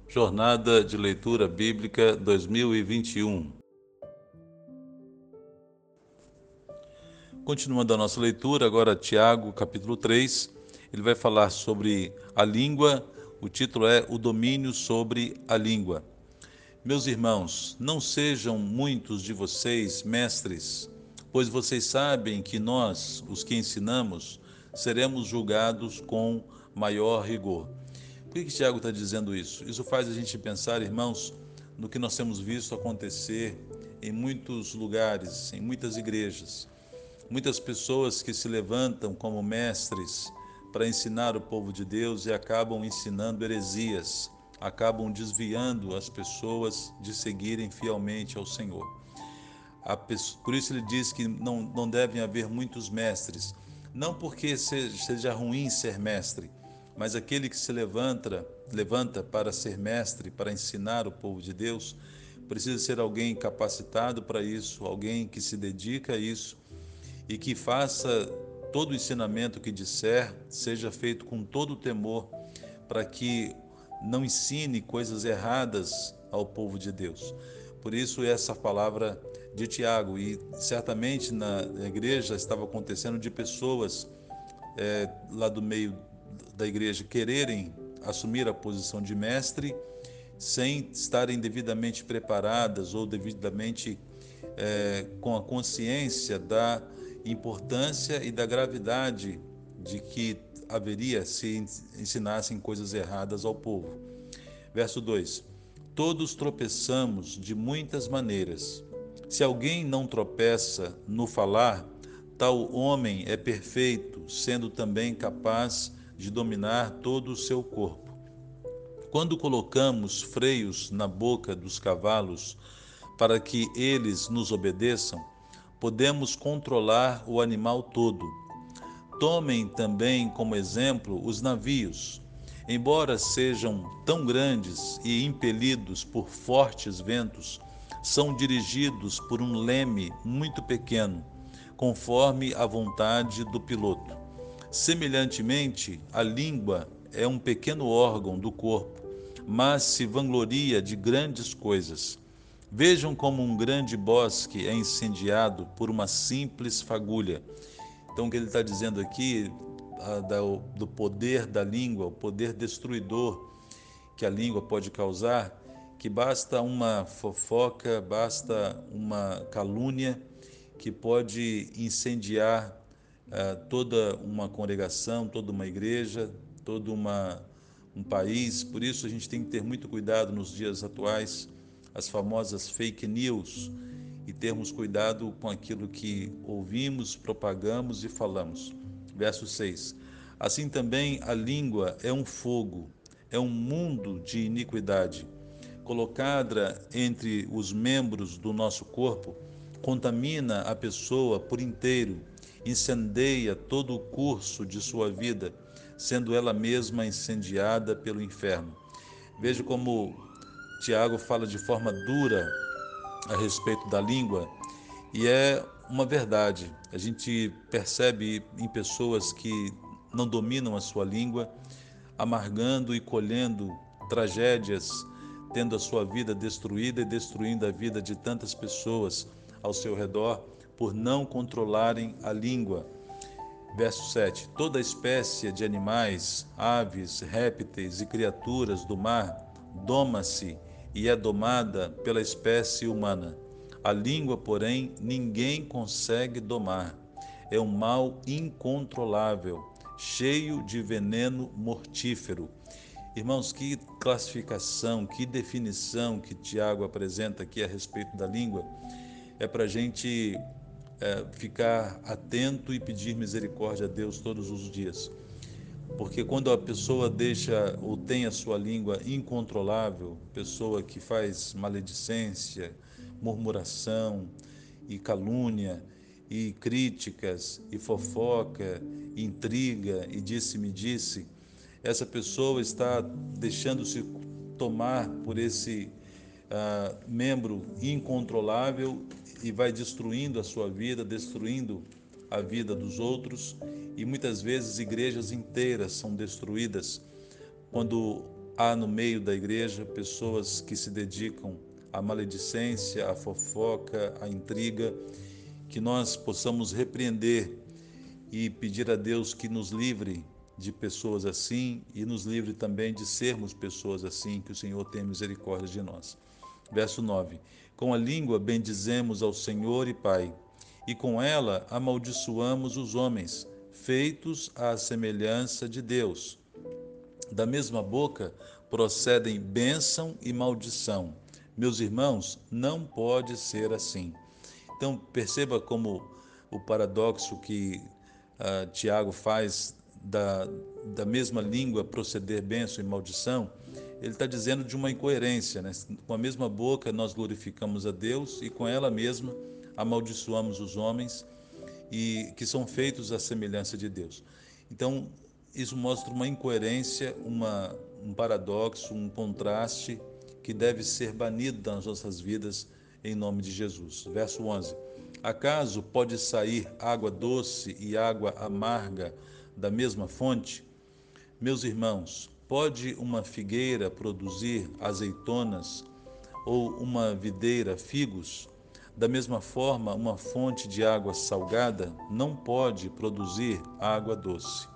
Jornada de Leitura Bíblica 2021. Continuando a nossa leitura, agora Tiago, capítulo 3, ele vai falar sobre a língua. O título é O Domínio sobre a Língua. Meus irmãos, não sejam muitos de vocês mestres, pois vocês sabem que nós, os que ensinamos, seremos julgados com maior rigor. Por que Tiago está dizendo isso? Isso faz a gente pensar, irmãos, no que nós temos visto acontecer em muitos lugares, em muitas igrejas. Muitas pessoas que se levantam como mestres para ensinar o povo de Deus e acabam ensinando heresias, acabam desviando as pessoas de seguirem fielmente ao Senhor. Por isso ele diz que não devem haver muitos mestres, não porque seja ruim ser mestre, mas aquele que se levanta para ser mestre, para ensinar o povo de Deus, precisa ser alguém capacitado para isso, alguém que se dedica a isso e que faça todo o ensinamento que disser seja feito com todo o temor, para que não ensine coisas erradas ao povo de Deus. Por isso essa palavra de Tiago, e certamente na igreja estava acontecendo de pessoas lá do meio da igreja quererem assumir a posição de mestre sem estarem devidamente preparadas ou devidamente com a consciência da importância e da gravidade de que haveria se ensinassem coisas erradas ao povo. Verso 2: Todos tropeçamos de muitas maneiras. Se alguém não tropeça no falar, tal homem é perfeito, sendo também capaz de dominar todo o seu corpo. Quando colocamos freios na boca dos cavalos para que eles nos obedeçam, podemos controlar o animal todo. Tomem também como exemplo os navios. Embora sejam tão grandes e impelidos por fortes ventos, são dirigidos por um leme muito pequeno, conforme a vontade do piloto. Semelhantemente, a língua é um pequeno órgão do corpo, mas se vangloria de grandes coisas. Vejam como um grande bosque é incendiado por uma simples fagulha. Então, o que ele está dizendo aqui, do poder da língua, o poder destruidor que a língua pode causar, que basta uma fofoca, basta uma calúnia que pode incendiar toda uma congregação, toda uma igreja, um país. Por isso a gente tem que ter muito cuidado nos dias atuais, as famosas fake news, e termos cuidado com aquilo que ouvimos, propagamos e falamos. Verso 6. Assim também a língua é um fogo, é um mundo de iniquidade. Colocada entre os membros do nosso corpo, contamina a pessoa por inteiro, incendeia todo o curso de sua vida, sendo ela mesma incendiada pelo inferno. Veja como Tiago fala de forma dura a respeito da língua, e é uma verdade. A gente percebe em pessoas que não dominam a sua língua, amargando e colhendo tragédias, tendo a sua vida destruída e destruindo a vida de tantas pessoas ao seu redor por não controlarem a língua. Verso 7: Toda espécie de animais, aves, répteis e criaturas do mar doma-se e é domada pela espécie humana. A língua, porém, ninguém consegue domar. É um mal incontrolável, cheio de veneno mortífero. Irmãos, que classificação, que definição que Tiago apresenta aqui a respeito da língua, é para a gente ficar atento e pedir misericórdia a Deus todos os dias. Porque quando a pessoa deixa ou tem a sua língua incontrolável, pessoa que faz maledicência, murmuração e calúnia, e críticas, e fofoca, e intriga, e disse-me-disse, essa pessoa está deixando-se tomar por esse membro incontrolável e vai destruindo a sua vida, destruindo a vida dos outros, e muitas vezes igrejas inteiras são destruídas quando há no meio da igreja pessoas que se dedicam à maledicência, à fofoca, à intriga, que nós possamos repreender e pedir a Deus que nos livre de pessoas assim e nos livre também de sermos pessoas assim, que o Senhor tenha misericórdia de nós. Verso 9: Com a língua bendizemos ao Senhor e Pai, e com ela amaldiçoamos os homens, feitos à semelhança de Deus. Da mesma boca procedem bênção e maldição. Meus irmãos, não pode ser assim. Então, perceba como o paradoxo que Tiago faz da mesma língua proceder bênção e maldição. Ele está dizendo de uma incoerência, né? Com a mesma boca nós glorificamos a Deus e com ela mesma amaldiçoamos os homens e que são feitos à semelhança de Deus. Então, isso mostra uma incoerência, um paradoxo, um contraste que deve ser banido das nossas vidas em nome de Jesus. Verso 11: Acaso pode sair água doce e água amarga da mesma fonte? Meus irmãos, pode uma figueira produzir azeitonas ou uma videira figos? Da mesma forma, uma fonte de água salgada não pode produzir água doce.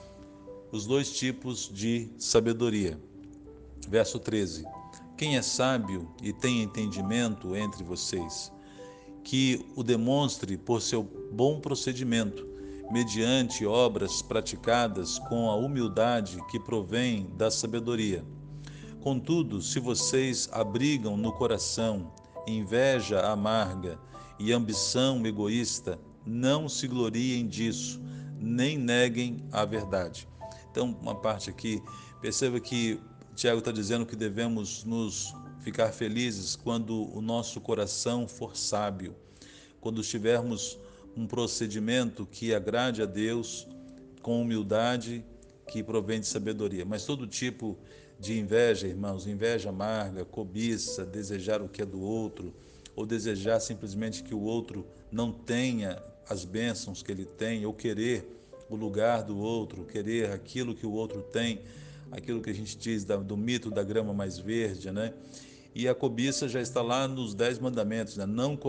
Os dois tipos de sabedoria. Verso 13: Quem é sábio e tem entendimento entre vocês, que o demonstre por seu bom procedimento, mediante obras praticadas com a humildade que provém da sabedoria. Contudo, se vocês abrigam no coração inveja amarga e ambição egoísta, não se gloriem disso, nem neguem a verdade. Então, uma parte aqui, perceba que Tiago está dizendo que devemos nos ficar felizes quando o nosso coração for sábio, quando tivermos um procedimento que agrade a Deus, com humildade, que provém de sabedoria. Mas todo tipo de inveja, irmãos, inveja amarga, cobiça, desejar o que é do outro, ou desejar simplesmente que o outro não tenha as bênçãos que ele tem, ou querer o lugar do outro, querer aquilo que o outro tem, aquilo que a gente diz do mito da grama mais verde, né? E a cobiça já está lá nos 10 mandamentos, né? Não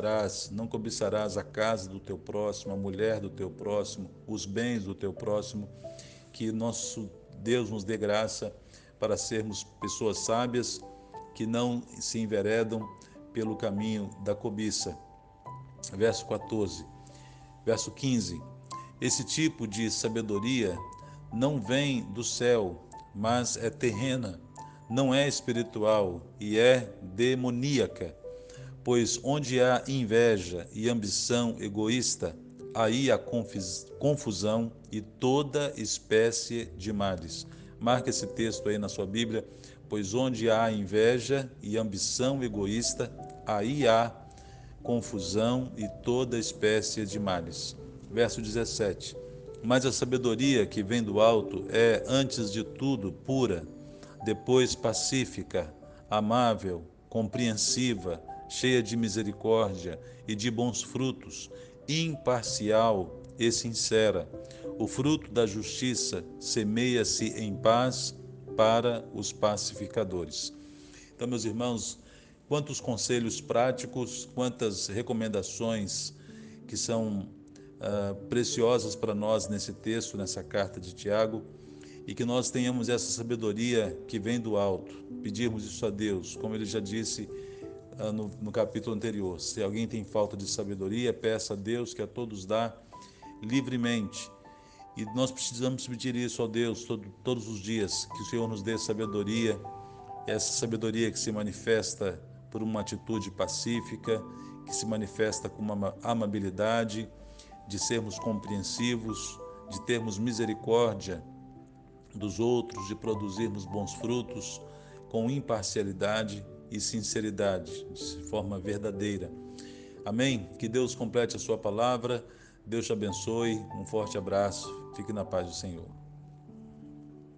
cobiçarás a casa do teu próximo, a mulher do teu próximo, os bens do teu próximo. Que nosso Deus nos dê graça para sermos pessoas sábias que não se enveredam pelo caminho da cobiça. Verso 14. Verso 15. Esse tipo de sabedoria não vem do céu, mas é terrena, não é espiritual e é demoníaca. Pois onde há inveja e ambição egoísta, aí há confusão e toda espécie de males. Marque esse texto aí na sua Bíblia. Pois onde há inveja e ambição egoísta, aí há confusão e toda espécie de males. Verso 17. Mas a sabedoria que vem do alto é, antes de tudo, pura, depois pacífica, amável, compreensiva, cheia de misericórdia e de bons frutos, imparcial e sincera. O fruto da justiça semeia-se em paz para os pacificadores. Então, meus irmãos, quantos conselhos práticos, quantas recomendações que são preciosas para nós nesse texto, nessa carta de Tiago, e que nós tenhamos essa sabedoria que vem do alto. Pedirmos isso a Deus, como ele já disse no capítulo anterior. Se alguém tem falta de sabedoria, peça a Deus, que a todos dá livremente. E nós precisamos pedir isso a Deus todos os dias, que o Senhor nos dê sabedoria, essa sabedoria que se manifesta por uma atitude pacífica, que se manifesta com uma amabilidade, de sermos compreensivos, de termos misericórdia dos outros, de produzirmos bons frutos com imparcialidade e sinceridade, de forma verdadeira. Amém? Que Deus complete a sua palavra, Deus te abençoe, um forte abraço, fique na paz do Senhor.